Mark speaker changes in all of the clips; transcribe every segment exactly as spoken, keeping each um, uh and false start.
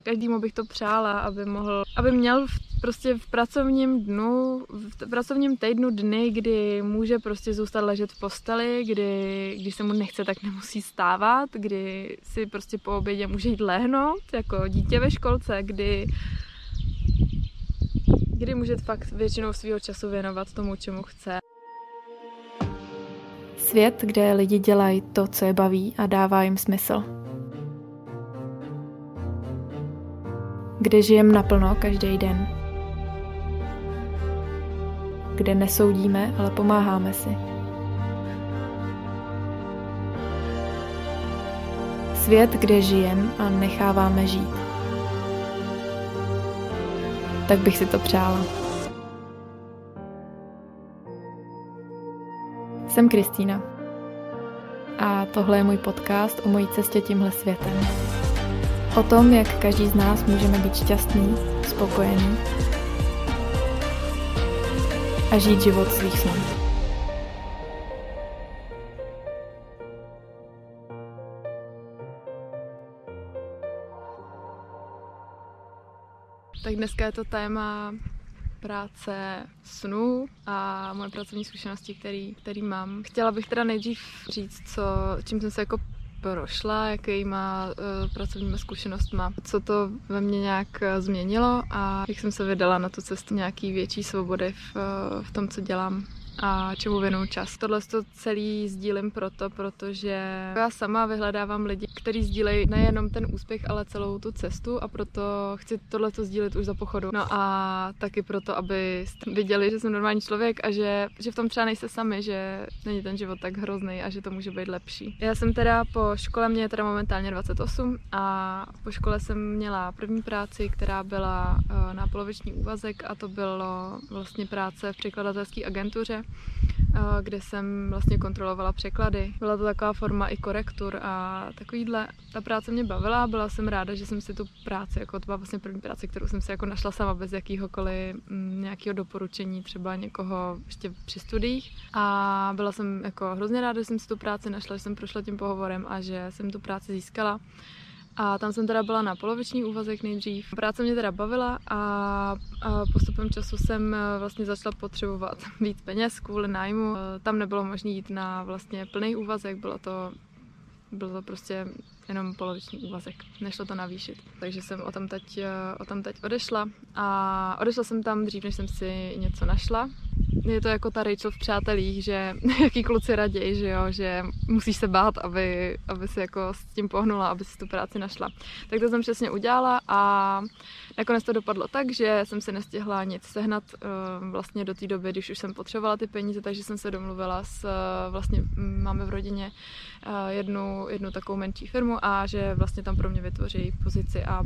Speaker 1: Každému bych to přála, aby mohl, aby měl v, prostě v pracovním dnu, v pracovním týdnu dny, kdy může prostě zůstat ležet v posteli, kdy, když se mu nechce, tak nemusí stávat, kdy si prostě po obědě může jít lehnout, jako dítě ve školce, kdy, kdy může fakt většinou svého času věnovat tomu, čemu chce.
Speaker 2: Svět, kde lidi dělají to, co je baví a dává jim smysl. Kde žijem naplno každý den. Kde nesoudíme, ale pomáháme si. Svět, kde žijem a necháváme žít. Tak bych si to přála. Jsem Kristýna. A tohle je můj podcast o mojí cestě tímhle světem. O tom, jak každý z nás můžeme být šťastný, spokojený a žít život svých snů.
Speaker 1: Tak dneska je to téma práce, snů a moje pracovní zkušenosti, který, který mám. Chtěla bych teda nejdřív říct, co, čím jsem se jako prošla, jakýma uh, pracovníma zkušenostma, co to ve mně nějak uh, změnilo a jak jsem se vydala na tu cestu nějaký větší svobody v, uh, v tom, co dělám a čemu věnuju čas. Tohle to celý sdílím proto, protože já sama vyhledávám lidi, kteří sdílejí nejenom ten úspěch, ale celou tu cestu a proto chci tohleto sdílet už za pochodu. No a taky proto, abyste viděli, že jsem normální člověk a že, že v tom třeba nejste sami, že není ten život tak hrozný a že to může být lepší. Já jsem teda po škole, mě je teda momentálně dvacet osm a po škole jsem měla první práci, která byla na poloviční úvazek a to bylo vlastně práce v překladatelské agentuře, kde jsem vlastně kontrolovala překlady. Byla to taková forma i korektur a takovýhle. Ta práce mě bavila, byla jsem ráda, že jsem si tu práci, jako to byla vlastně první práce, kterou jsem si jako našla sama bez jakýhokoliv m, nějakého doporučení, třeba někoho ještě při studiích. A byla jsem jako hrozně ráda, že jsem si tu práci našla, že jsem prošla tím pohovorem a že jsem tu práci získala. A tam jsem teda byla na poloviční úvazek nejdřív. Práce mě teda bavila a, a postupem času jsem vlastně začala potřebovat víc peněz kvůli nájmu. Tam nebylo možné jít na vlastně plný úvazek, bylo to, bylo to prostě jenom poloviční úvazek, nešlo to navýšit. Takže jsem o tam teď, o tam teď odešla a odešla jsem tam dřív, než jsem si něco našla. Je to jako ta Rachel v Přátelích, že jaký kluci raději, že jo, že musíš se bát, aby, aby si jako s tím pohnula, aby si tu práci našla. Tak to jsem přesně udělala a nakonec to dopadlo tak, že jsem si nestihla nic sehnat vlastně do té doby, když už jsem potřebovala ty peníze, takže jsem se domluvila s, vlastně máme v rodině jednu, jednu takovou menší firmu a že vlastně tam pro mě vytvoří pozici a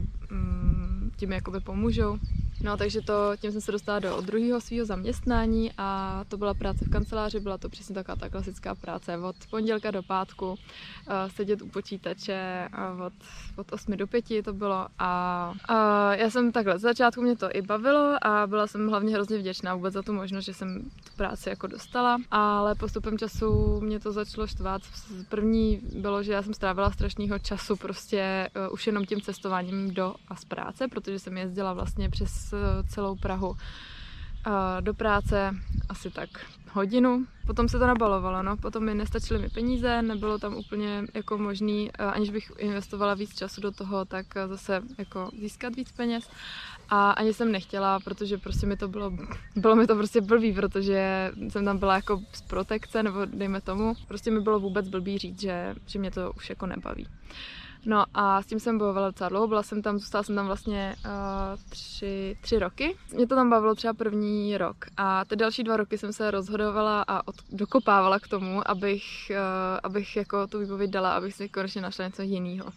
Speaker 1: tím jakoby pomůžou. No, takže to, tím jsem se dostala do druhého svého zaměstnání a to byla práce v kanceláři, byla to přesně taková ta klasická práce od pondělka do pátku, uh, sedět u počítače uh, od, od osmi do pěti to bylo a uh, já jsem takhle, z začátku mě to i bavilo a byla jsem hlavně hrozně vděčná vůbec za tu možnost, že jsem tu práci jako dostala, ale postupem času mě to začalo štvát. První bylo, že já jsem strávila strašného času prostě uh, už jenom tím cestováním do a z práce, protože jsem jezdila vlastně přes celou Prahu do práce asi tak hodinu. Potom se to nabalovalo, no. Potom mi nestačily mi peníze, nebylo tam úplně jako možný, aniž bych investovala víc času do toho, tak zase jako získat víc peněz. A ani jsem nechtěla, protože prostě mi to bylo, bylo mi to prostě blbý, protože jsem tam byla jako z protekce, nebo dejme tomu. Prostě mi bylo vůbec blbý říct, že, že mě to už jako nebaví. No a s tím jsem bojovala docela dlouho, byla jsem tam, zůstala jsem tam vlastně uh, tři, tři roky. Mě to tam bavilo třeba první rok a ty další dva roky jsem se rozhodovala a od, dokopávala k tomu, abych, uh, abych jako tu výpověď dala, abych si konečně našla něco jiného.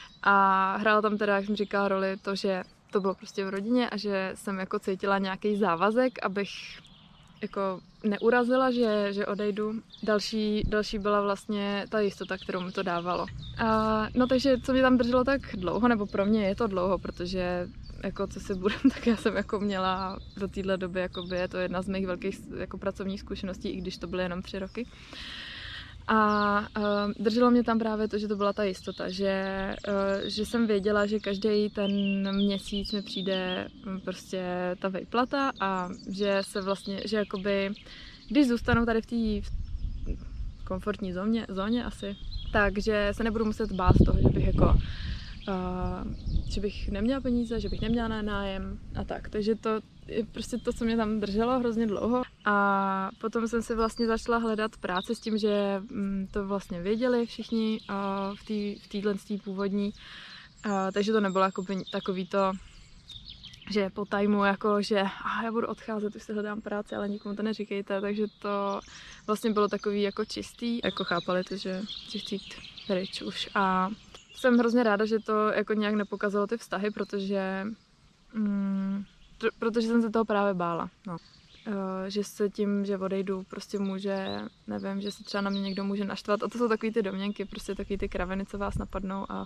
Speaker 1: A hrála tam teda, jak jsem říkala, roli to, že to bylo prostě v rodině a že jsem jako cítila nějaký závazek, abych jako neurazila, že, že odejdu. Další, další byla vlastně ta jistota, kterou mi to dávalo. A, no takže co mě tam drželo tak dlouho, nebo pro mě je to dlouho, protože jako co si budem, tak já jsem jako měla do téhle doby, jakoby je to jedna z mých velkých jako pracovních zkušeností, i když to byly jenom tři roky. A uh, drželo mě tam právě to, že to byla ta jistota, že, uh, že jsem věděla, že každý ten měsíc mi přijde prostě ta výplata a že se vlastně, že jakoby, když zůstanu tady v té komfortní zóně, zóně asi, takže se nebudu muset bát toho, že bych jako, uh, že bych neměla peníze, že bych neměla na nájem a tak. Takže to je prostě to, co mě tam drželo hrozně dlouho. A potom jsem si vlastně začala hledat práci s tím, že to vlastně věděli všichni uh, v téhle v původní. Uh, takže to nebylo jako takový to, že po tajmu, jako že ah, já budu odcházet, už si hledám práci, ale nikomu to neříkejte, takže to vlastně bylo takový jako čistý, jako chápali to, že chci chtít pryč už. A jsem hrozně ráda, že to jako nějak nepokazalo ty vztahy, protože, mm, pr- protože jsem se toho právě bála. No. Uh, že se tím, že odejdu, prostě může, nevím, že se třeba na mě někdo může naštvat. A to jsou takový ty domněnky, prostě takový ty kraviny, co vás napadnou a,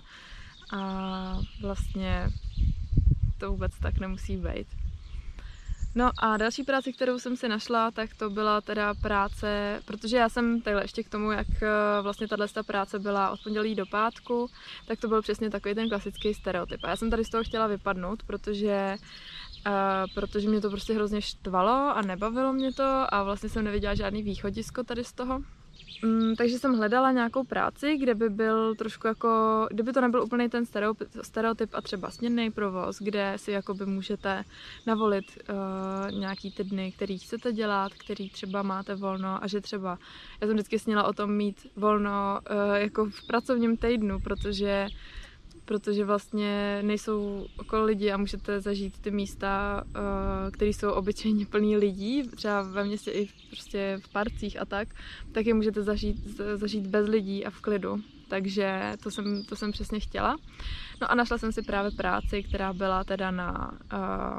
Speaker 1: a vlastně to vůbec tak nemusí být. No a další práci, kterou jsem si našla, tak to byla teda práce, protože já jsem takhle ještě k tomu, jak vlastně tato práce byla od pondělí do pátku, tak to byl přesně takový ten klasický stereotyp. A já jsem tady z toho chtěla vypadnout, protože Uh, protože mě to prostě hrozně štvalo a nebavilo mě to a vlastně jsem neviděla žádný východisko tady z toho. Um, takže jsem hledala nějakou práci, kde by byl trošku jako, kdyby to nebyl úplně ten stereotyp, stereotyp a třeba směnný provoz, kde si jakoby můžete navolit uh, nějaký ty dny, který chcete dělat, který třeba máte volno a že třeba, já jsem vždycky sněla o tom mít volno uh, jako v pracovním týdnu, protože protože vlastně nejsou okolo lidi a můžete zažít ty místa, které jsou obyčejně plný lidí, třeba ve městě i prostě v parcích a tak, tak je můžete zažít, zažít bez lidí a v klidu. Takže to jsem, to jsem přesně chtěla. No a našla jsem si právě práci, která byla teda na, uh,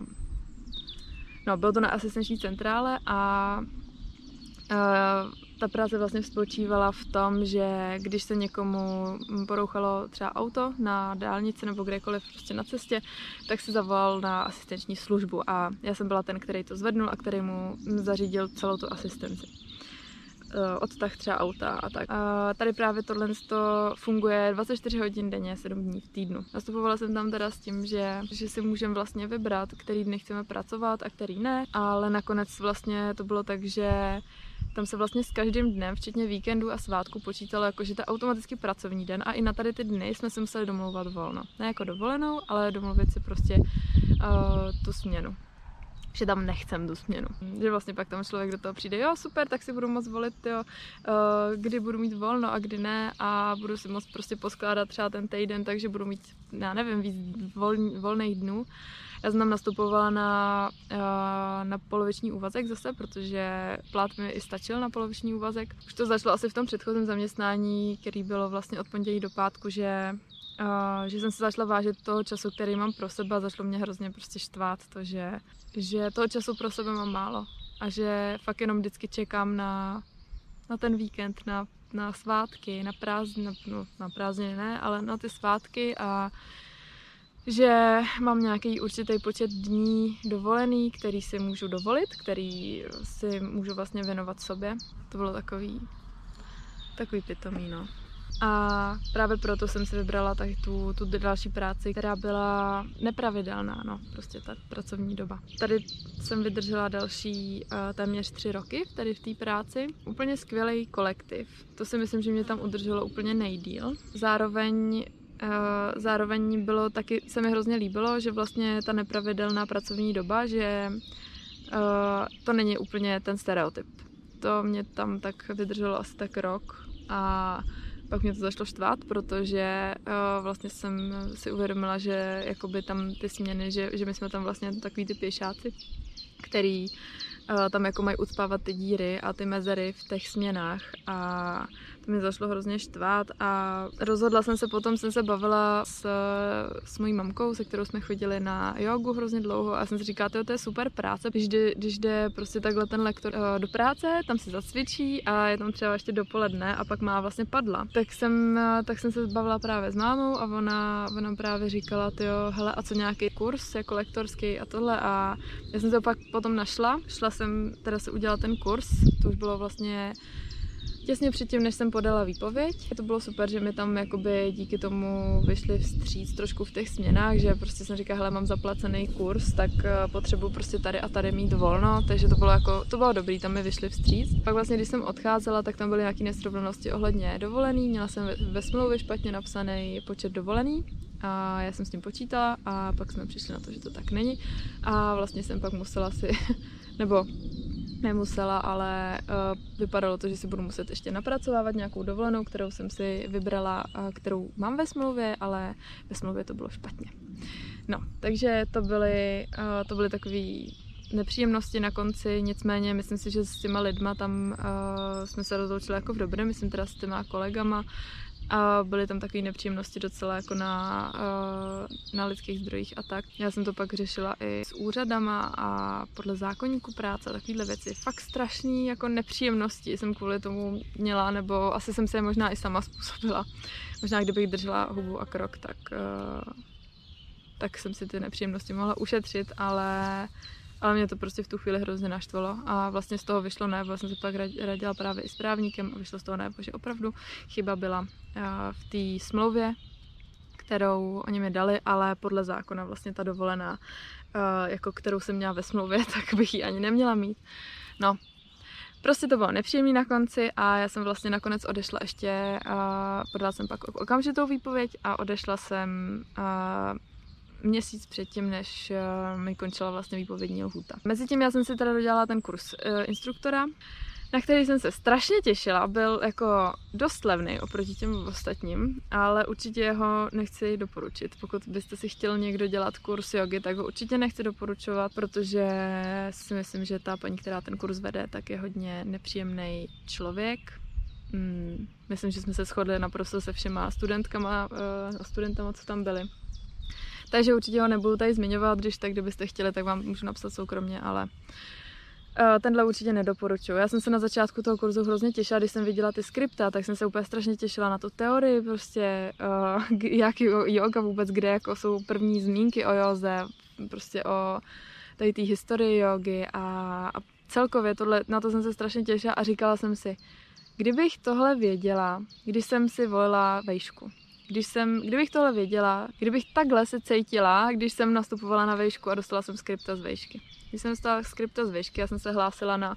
Speaker 1: no bylo to na asistenční centrále a uh, ta práce vlastně spočívala v tom, že když se někomu porouchalo třeba auto na dálnici nebo kdekoliv prostě na cestě, tak se zavolal na asistenční službu a já jsem byla ten, který to zvednul a který mu zařídil celou tu asistenci. Odtah třeba auta a tak. A tady právě tohle funguje dvacet čtyři hodin denně, sedm dní v týdnu. Nastupovala jsem tam teda s tím, že, že si můžeme vlastně vybrat, který dny chceme pracovat a který ne, ale nakonec vlastně to bylo tak, že tam se vlastně s každým dnem, včetně víkendu a svátku, počítalo jako, že to je automaticky pracovní den a i na tady ty dny jsme si museli domlouvat volno. Ne jako dovolenou, ale domluvit si prostě uh, tu směnu. Že tam nechcem tu směnu. Že vlastně pak tam člověk do toho přijde, jo super, tak si budu moct volit, jo, uh, kdy budu mít volno a kdy ne a budu si moct prostě poskládat třeba ten týden, takže budu mít, já nevím, víc voln, volných dnů. Já jsem tam nastupovala na, uh, na poloviční úvazek zase, protože plat mi i stačil na poloviční úvazek. Už to začalo asi v tom předchozím zaměstnání, který bylo vlastně od pondělí do pátku, že Uh, že jsem se začala vážit toho času, který mám pro sebe a začalo mě hrozně prostě štvát to, že, že toho času pro sebe mám málo a že fakt jenom vždycky čekám na, na ten víkend, na, na svátky, na prázdniny, no, na prázdniny ne, ale na ty svátky a že mám nějaký určitý počet dní dovolený, který si můžu dovolit, který si můžu vlastně věnovat sobě. To bylo takový, takový pitomý, no. A právě proto jsem si vybrala tak tu, tu další práci, která byla nepravidelná, no, prostě ta pracovní doba. Tady jsem vydržela další uh, téměř tři roky tady v té práci. Úplně skvělý kolektiv. To si myslím, že mě tam udrželo úplně nejdýl. Zároveň uh, zároveň bylo taky, se mi hrozně líbilo, že vlastně ta nepravidelná pracovní doba, že uh, to není úplně ten stereotyp. To mě tam tak vydrželo asi tak rok a pak mě to začalo štvát, protože uh, vlastně jsem si uvědomila, že jakoby tam ty směny, že, že my jsme tam vlastně takový ty pěšáci, který uh, tam jako mají ucpávat ty díry a ty mezery v těch směnách a to mě začalo hrozně štvát a rozhodla jsem se, potom jsem se bavila s, s mojí mamkou, se kterou jsme chodili na jogu hrozně dlouho a já jsem si říkala, to je super práce, když jde, když jde prostě takhle ten lektor uh, do práce, tam si zacvičí a je tam třeba ještě dopoledne a pak má vlastně padla. Tak jsem, uh, tak jsem se bavila právě s mámou a ona, ona právě říkala, tyjo, hele, a co nějaký kurz jako lektorský a tohle a já jsem se pak potom našla, šla jsem teda se udělat ten kurz, to už bylo vlastně těsně předtím, než jsem podala výpověď. To bylo super, že mi tam jakoby díky tomu vyšli vstříc trošku v těch směnách, že prostě jsem říkala, hele, mám zaplacený kurz, tak potřebuji prostě tady a tady mít volno, takže to bylo jako, to bylo dobrý, tam mi vyšli vstříc. Pak vlastně, když jsem odcházela, tak tam byly nějaké nesrovnalosti ohledně dovolený, měla jsem ve, ve smlouvě špatně napsaný počet dovolený. A já jsem s tím počítala a pak jsme přišli na to, že to tak není. A vlastně jsem pak musela si, nebo nemusela, ale uh, vypadalo to, že si budu muset ještě napracovávat nějakou dovolenou, kterou jsem si vybrala, uh, kterou mám ve smlouvě, ale ve smlouvě to bylo špatně. No, takže to byly, uh, to byly takový nepříjemnosti na konci, nicméně myslím si, že s těma lidma tam uh, jsme se rozloučili jako v dobrém, myslím teda s těma kolegama, a byly tam takové nepříjemnosti docela jako na, na lidských zdrojích a tak. Já jsem to pak řešila i s úřadama a podle zákoníku práce a takovéhle věci. Fakt strašný jako nepříjemnosti jsem kvůli tomu měla, nebo asi jsem se je možná i sama způsobila. Možná kdybych držela hubu a krok, tak, tak jsem si ty nepříjemnosti mohla ušetřit, ale Ale mě to prostě v tu chvíli hrozně naštvalo a vlastně z toho vyšlo najevo, já jsem se pak radila právě i s právníkem a vyšlo z toho najevo, že opravdu chyba byla v té smlouvě, kterou oni mi dali, ale podle zákona vlastně ta dovolená, jako kterou jsem měla ve smlouvě, tak bych ji ani neměla mít. No, prostě to bylo nepříjemné na konci a já jsem vlastně nakonec odešla ještě, podala jsem pak okamžitou výpověď a odešla jsem měsíc předtím, než uh, mi končila vlastně výpovědní lhůta. Mezitím já jsem si teda dodělala ten kurz uh, instruktora, na který jsem se strašně těšila, byl jako dost levný oproti těm ostatním, ale určitě ho nechci doporučit. Pokud byste si chtěl někdo dělat kurz jogy, tak ho určitě nechci doporučovat, protože si myslím, že ta paní, která ten kurz vede, tak je hodně nepříjemný člověk. Hmm, myslím, že jsme se shodli naprosto se všema studentkama uh, a studentama, co tam byli. Takže určitě ho nebudu tady zmiňovat, když tak, kdybyste chtěli, tak vám můžu napsat soukromně, ale uh, tenhle určitě nedoporučuji. Já jsem se na začátku toho kurzu hrozně těšila, když jsem viděla ty skripta, tak jsem se úplně strašně těšila na tu teorii, prostě uh, jak yoga vůbec, kde jako jsou první zmínky o józe, prostě o tady té historii jogy a, a celkově tohle, na to jsem se strašně těšila a říkala jsem si, kdybych tohle věděla, když jsem si volila vejšku. Když jsem, kdybych tohle věděla, kdybych takhle se cítila, když jsem nastupovala na vejšku a dostala jsem skripta z vejšky. Když jsem dostala skripta z vejšky, já jsem se hlásila na,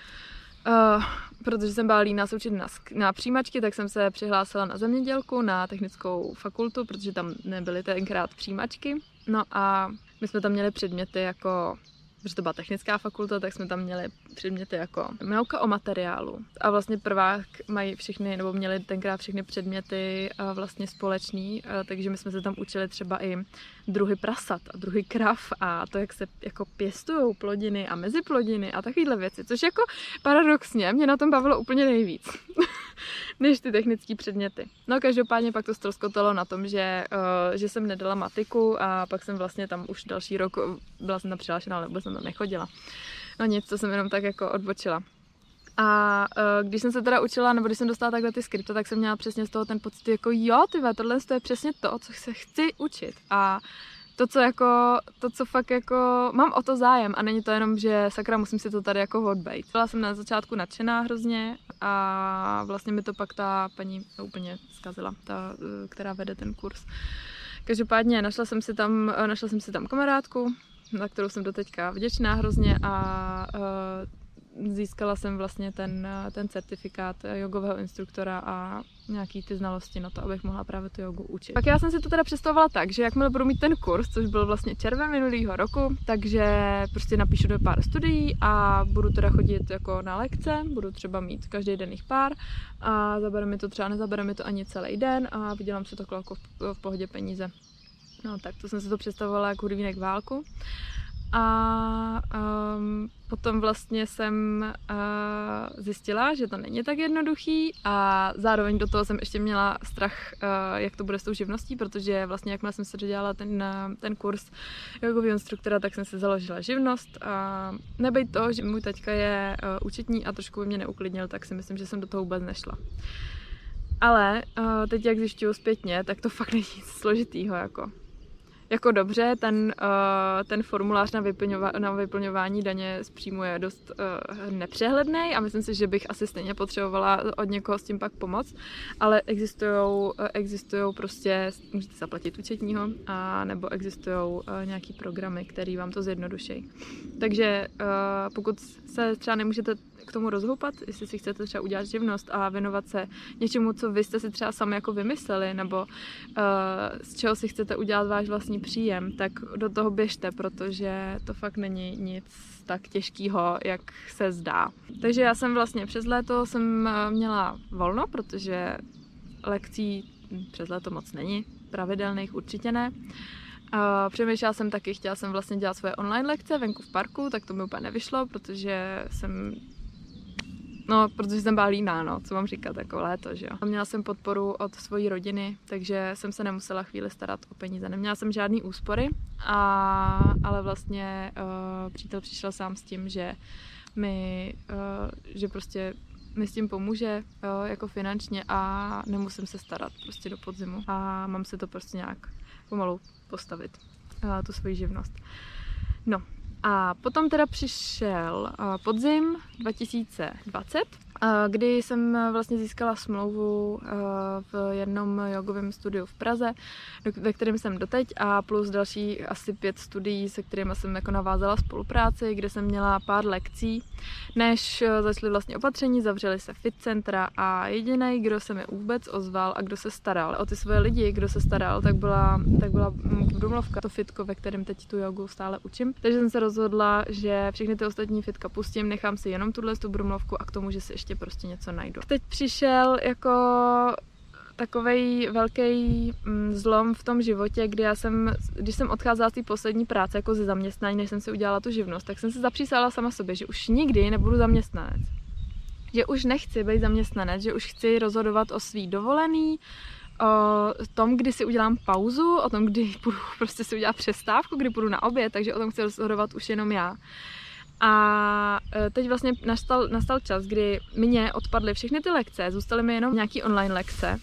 Speaker 1: uh, protože jsem byla líná se učit na, na přijímačky, tak jsem se přihlásila na zemědělku, na technickou fakultu, protože tam nebyly tenkrát přijímačky. No a my jsme tam měli předměty jako, protože to byla technická fakulta, tak jsme tam měli předměty jako nauka o materiálu. A vlastně prvák mají všechny, nebo měli tenkrát všechny předměty vlastně společný, takže my jsme se tam učili třeba i druhy prasat a druhy krav a to, jak se jako pěstujou plodiny a meziplodiny a takovéhle věci, což jako paradoxně mě na tom bavilo úplně nejvíc, než ty technické předměty. No každopádně pak to ztroskotalo na tom, že, uh, že jsem nedala matiku a pak jsem vlastně tam už další rok, byla jsem tam přihlášená, ale vůbec jsem tam nechodila. No nic, to jsem jenom tak jako odbočila. A uh, když jsem se teda učila, nebo když jsem dostala takhle ty skripta, tak jsem měla přesně z toho ten pocit, jako jo, tyhle, tohle je přesně to, co se chci učit. A to, co jako, to, co fakt jako, mám o to zájem a není to jenom, že sakra, musím si to tady jako odbejt. Byla jsem na začátku nadšená hrozně a vlastně mi to pak ta paní úplně zkazila, ta, která vede ten kurz. Každopádně našla jsem si tam, našla jsem si tam kamarádku, za kterou jsem doteďka vděčná hrozně a uh, získala jsem vlastně ten, ten certifikát jogového instruktora a nějaký ty znalosti na to, abych mohla právě tu jogu učit. Pak já jsem si to teda představovala tak, že jakmile budu mít ten kurz, což byl vlastně červen minulýho roku, takže prostě napíšu do pár studií a budu teda chodit jako na lekce, budu třeba mít každý den jich pár a zabere mi to třeba, nezabere mi to ani celý den a vydělám si takhle jako v, v pohodě peníze. No tak to jsem si to představovala jako hudvínek válku. A um, potom vlastně jsem uh, zjistila, že to není tak jednoduchý a zároveň do toho jsem ještě měla strach, uh, jak to bude s tou živností, protože vlastně jakmile jsem se dodělala ten, ten kurz jogového instruktora, tak jsem si založila živnost a nebejt to, že můj taťka je uh, účetní a trošku mě neuklidnil, tak si myslím, že jsem do toho vůbec nešla. Ale uh, teď jak zjišťuju zpětně, tak to fakt není nic složitýho, jako. jako dobře, ten, uh, ten formulář na, vyplňova, na vyplňování daně z příjmu je dost uh, nepřehledný a myslím si, že bych asi stejně potřebovala od někoho s tím pak pomoct, ale existujou, uh, existujou prostě, můžete zaplatit účetního, a nebo existujou uh, nějaký programy, které vám to zjednodušejí. Takže uh, pokud se třeba nemůžete k tomu rozhoupat, jestli si chcete třeba udělat živnost a věnovat se něčemu, co vy jste si třeba sami jako vymysleli, nebo uh, z čeho si chcete udělat váš vlastní příjem, tak do toho běžte, protože to fakt není nic tak těžkého, jak se zdá. Takže já jsem vlastně přes léto jsem měla volno, protože lekcí přes léto moc není, pravidelných určitě ne. Uh, přemýšlela jsem taky, chtěla jsem vlastně dělat svoje online lekce venku v parku, tak to mi úplně nevyšlo, protože jsem No, protože jsem byla líná, no, co mám říkat, jako léto, že jo. Měla jsem podporu od svojí rodiny, takže jsem se nemusela chvíli starat o peníze. Neměla jsem žádný úspory, a, ale vlastně uh, přítel přišel sám s tím, že mi, uh, že prostě mi s tím pomůže uh, jako finančně a nemusím se starat prostě do podzimu. A mám se to prostě nějak pomalu postavit, uh, tu svoji živnost. No. A potom teda přišel podzim dva tisíce dvacet, kdy jsem vlastně získala smlouvu v jednom jogovém studiu v Praze, ve kterém jsem doteď, a plus další asi pět studií, se kterými jsem jako navázala spolupráci, kde jsem měla pár lekcí, než začaly vlastně opatření, zavřely se fit centra a jediný, kdo se mi vůbec ozval a kdo se staral o ty svoje lidi, kdo se staral, tak byla, tak byla Brumlovka, to fitko, ve kterém teď tu jogu stále učím. Takže jsem se rozhodla, že všechny ty ostatní fitka pustím, nechám si jenom tuhle tu Brumlovku a k tomu, že si ještě prostě něco najdu. Teď přišel jako takovej velký zlom v tom životě, kdy já jsem, když jsem odcházela z té poslední práce jako ze zaměstnání, než jsem si udělala tu živnost, tak jsem se zapřísala sama sobě, že už nikdy nebudu zaměstnanec. Že už nechci být zaměstnanec, že už chci rozhodovat o svý dovolený, o tom, kdy si udělám pauzu, o tom, kdy půjdu prostě si udělat přestávku, kdy půjdu na oběd, takže o tom chci rozhodovat už jenom já. A teď vlastně nastal, nastal čas, kdy mě odpadly všechny ty lekce, zůstaly mi jenom nějaký online lekce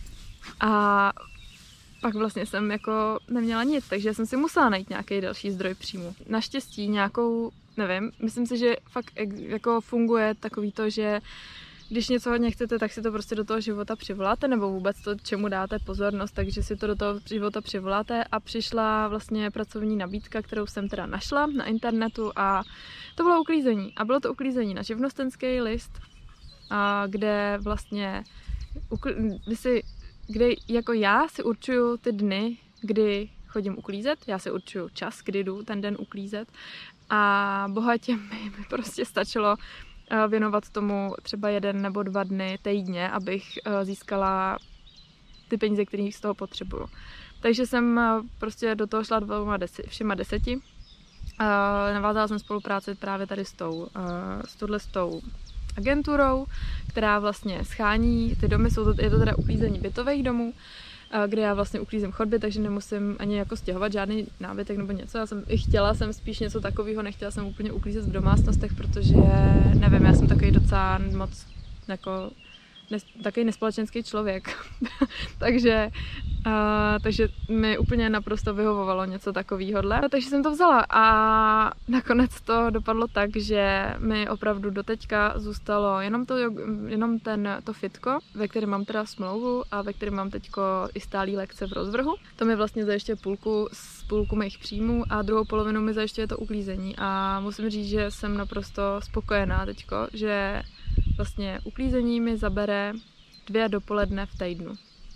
Speaker 1: a pak vlastně jsem jako neměla nic, takže jsem si musela najít nějaký další zdroj příjmu. Naštěstí nějakou, nevím, myslím si, že fakt jako funguje takový to, že když něco hodně chcete, tak si to prostě do toho života přivoláte, nebo vůbec to, čemu dáte pozornost, takže si to do toho života přivoláte, a přišla vlastně pracovní nabídka, kterou jsem teda našla na internetu, a to bylo uklízení. A bylo to uklízení na živnostenský list, a kde vlastně, kdy, si, kdy jako já si určuju ty dny, kdy chodím uklízet, já si určuju čas, kdy jdu ten den uklízet, a bohatě mi, mi prostě stačilo věnovat tomu třeba jeden nebo dva dny týdně, abych získala ty peníze, které z toho potřebuju. Takže jsem prostě do toho šla dvěma deseti, všema deseti. Navázala jsem spolupráci právě tady s tou, s touhle s tou agenturou, která vlastně schání ty domy, jsou to, je to teda uklízení bytových domů, kde já vlastně uklízím chodby, takže nemusím ani jako stěhovat žádný nábytek nebo něco. Já jsem i chtěla jsem spíš něco takového, nechtěla jsem úplně uklízet v domácnostech, protože nevím, já jsem takový docela moc jako nes, takový nespolečenský člověk. takže, uh, takže mi úplně naprosto vyhovovalo něco takovýhodle. Takže jsem to vzala a nakonec to dopadlo tak, že mi opravdu doteďka zůstalo jenom, to, jenom ten, to fitko, ve kterém mám teda smlouvu a ve kterém mám teďko i stálý lekce v rozvrhu. To mi vlastně zajišťuje půlku z půlku mých příjmů a druhou polovinu mi zajišťuje to uklízení. A musím říct, že jsem naprosto spokojená teďko, že vlastně uklízení mi zabere dvě dopoledne v týdnu.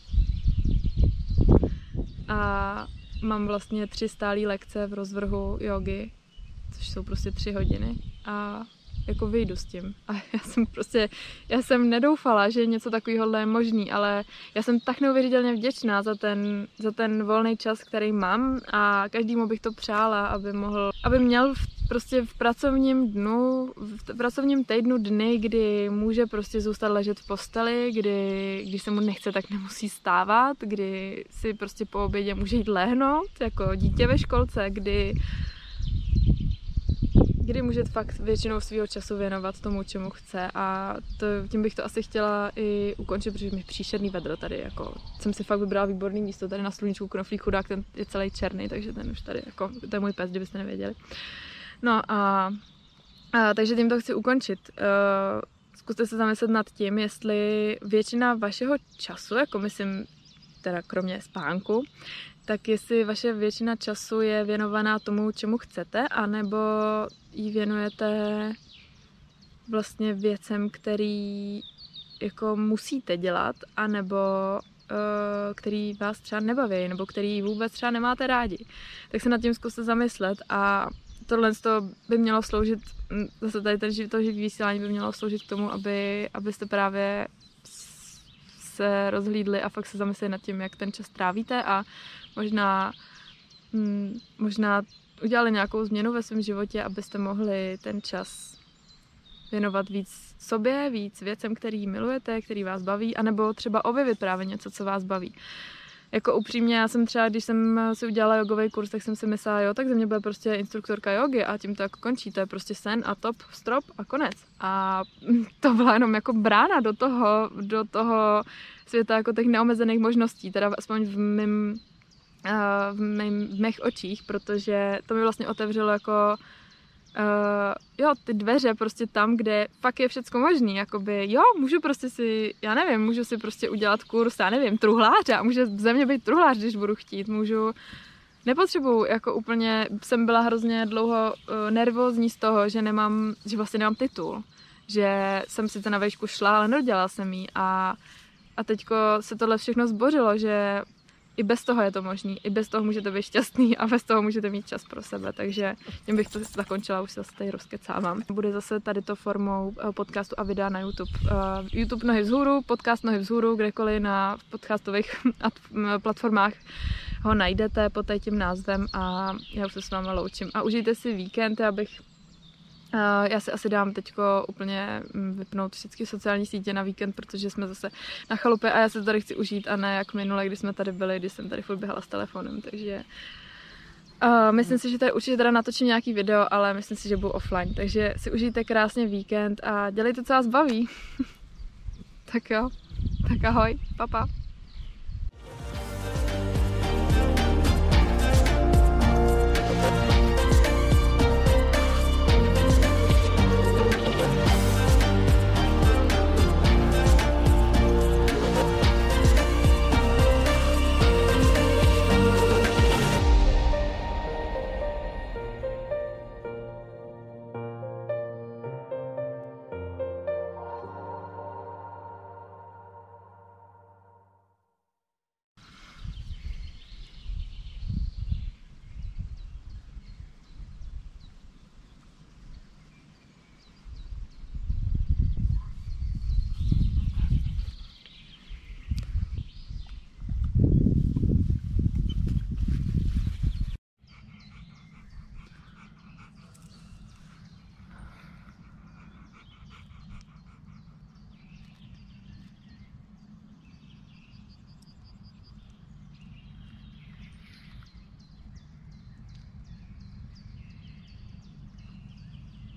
Speaker 1: A mám vlastně tři stálé lekce v rozvrhu jogy, což jsou prostě tři hodiny. A jako vyjdu s tím. A já jsem prostě, já jsem nedoufala, že něco takového je možný, ale já jsem tak neuvěřitelně vděčná za ten, za ten volný čas, který mám, a každému bych to přála, aby mohl, aby měl v, prostě v pracovním dnu, v pracovním týdnu dny, kdy může prostě zůstat ležet v posteli, kdy, když se mu nechce, tak nemusí stávat, kdy si prostě po obědě může jít lehnout, jako dítě ve školce, kdy kdy může fakt většinou svého času věnovat tomu, čemu chce a to, tím bych to asi chtěla i ukončit, protože mi příšerný vedro tady, jako jsem si fakt vybrala výborný místo tady na sluníčku, knoflík chudák, ten je celý černý, takže ten už tady, jako, to je můj pes, kdybyste nevěděli. No a, a takže tím to chci ukončit. Uh, zkuste se zamyslet nad tím, jestli většina vašeho času, jako myslím teda kromě spánku, tak jestli vaše většina času je věnovaná tomu, čemu chcete, anebo ji věnujete vlastně věcem, který jako musíte dělat, anebo uh, který vás třeba nebaví, nebo který vůbec třeba nemáte rádi. Tak se nad tím zkuste zamyslet a tohle by mělo sloužit, zase tady ten to živý vysílání by mělo sloužit k tomu, aby, abyste právě se rozhlídli a fakt se zamysleli nad tím, jak ten čas trávíte a možná, hm, možná udělali nějakou změnu ve svém životě, abyste mohli ten čas věnovat víc sobě, víc věcem, který milujete, který vás baví, anebo třeba objevit právě něco, co vás baví. Jako upřímně, já jsem třeba, když jsem si udělala jogový kurz, tak jsem si myslela, jo, tak ze mě bude prostě instruktorka jogy a tím to jako končí, to je prostě sen a top, strop a konec. A to byla jenom jako brána do toho, do toho světa jako těch neomezených možností, teda aspoň v mým, v, mým, v mých očích, protože to mi vlastně otevřelo jako Uh, jo, ty dveře prostě tam, kde fakt je všecko možný, jakoby, jo, můžu prostě si, já nevím, můžu si prostě udělat kurz, já nevím, truhláře a může ze mě být truhlář, když budu chtít, můžu, nepotřebuju, jako úplně, jsem byla hrozně dlouho uh, nervózní z toho, že nemám, že vlastně nemám titul, že jsem sice na vejšku šla, ale nedělala jsem jí a, a teďko se tohle všechno zbořilo, že i bez toho je to možný, i bez toho můžete být šťastný a bez toho můžete mít čas pro sebe, takže tím bych to zakončila, už se zase tady rozkecávám. Bude zase tady to formou podcastu a videa na YouTube. Uh, YouTube Nohy vzhůru, podcast Nohy vzhůru, kdekoliv na podcastových platformách ho najdete pod tím názvem a já už se s váma loučím. A užijte si víkend, abych Uh, já si asi dám teďko úplně vypnout všechny sociální sítě na víkend, protože jsme zase na chalupě a já se tady chci užít a ne jak minule, když jsme tady byli, když jsem tady furt běhala s telefonem, takže uh, myslím si, že tady určitě teda natočím nějaký video, ale myslím si, že budu offline, takže si užijte krásně víkend a dělejte, co vás baví. Tak jo, tak ahoj, papa.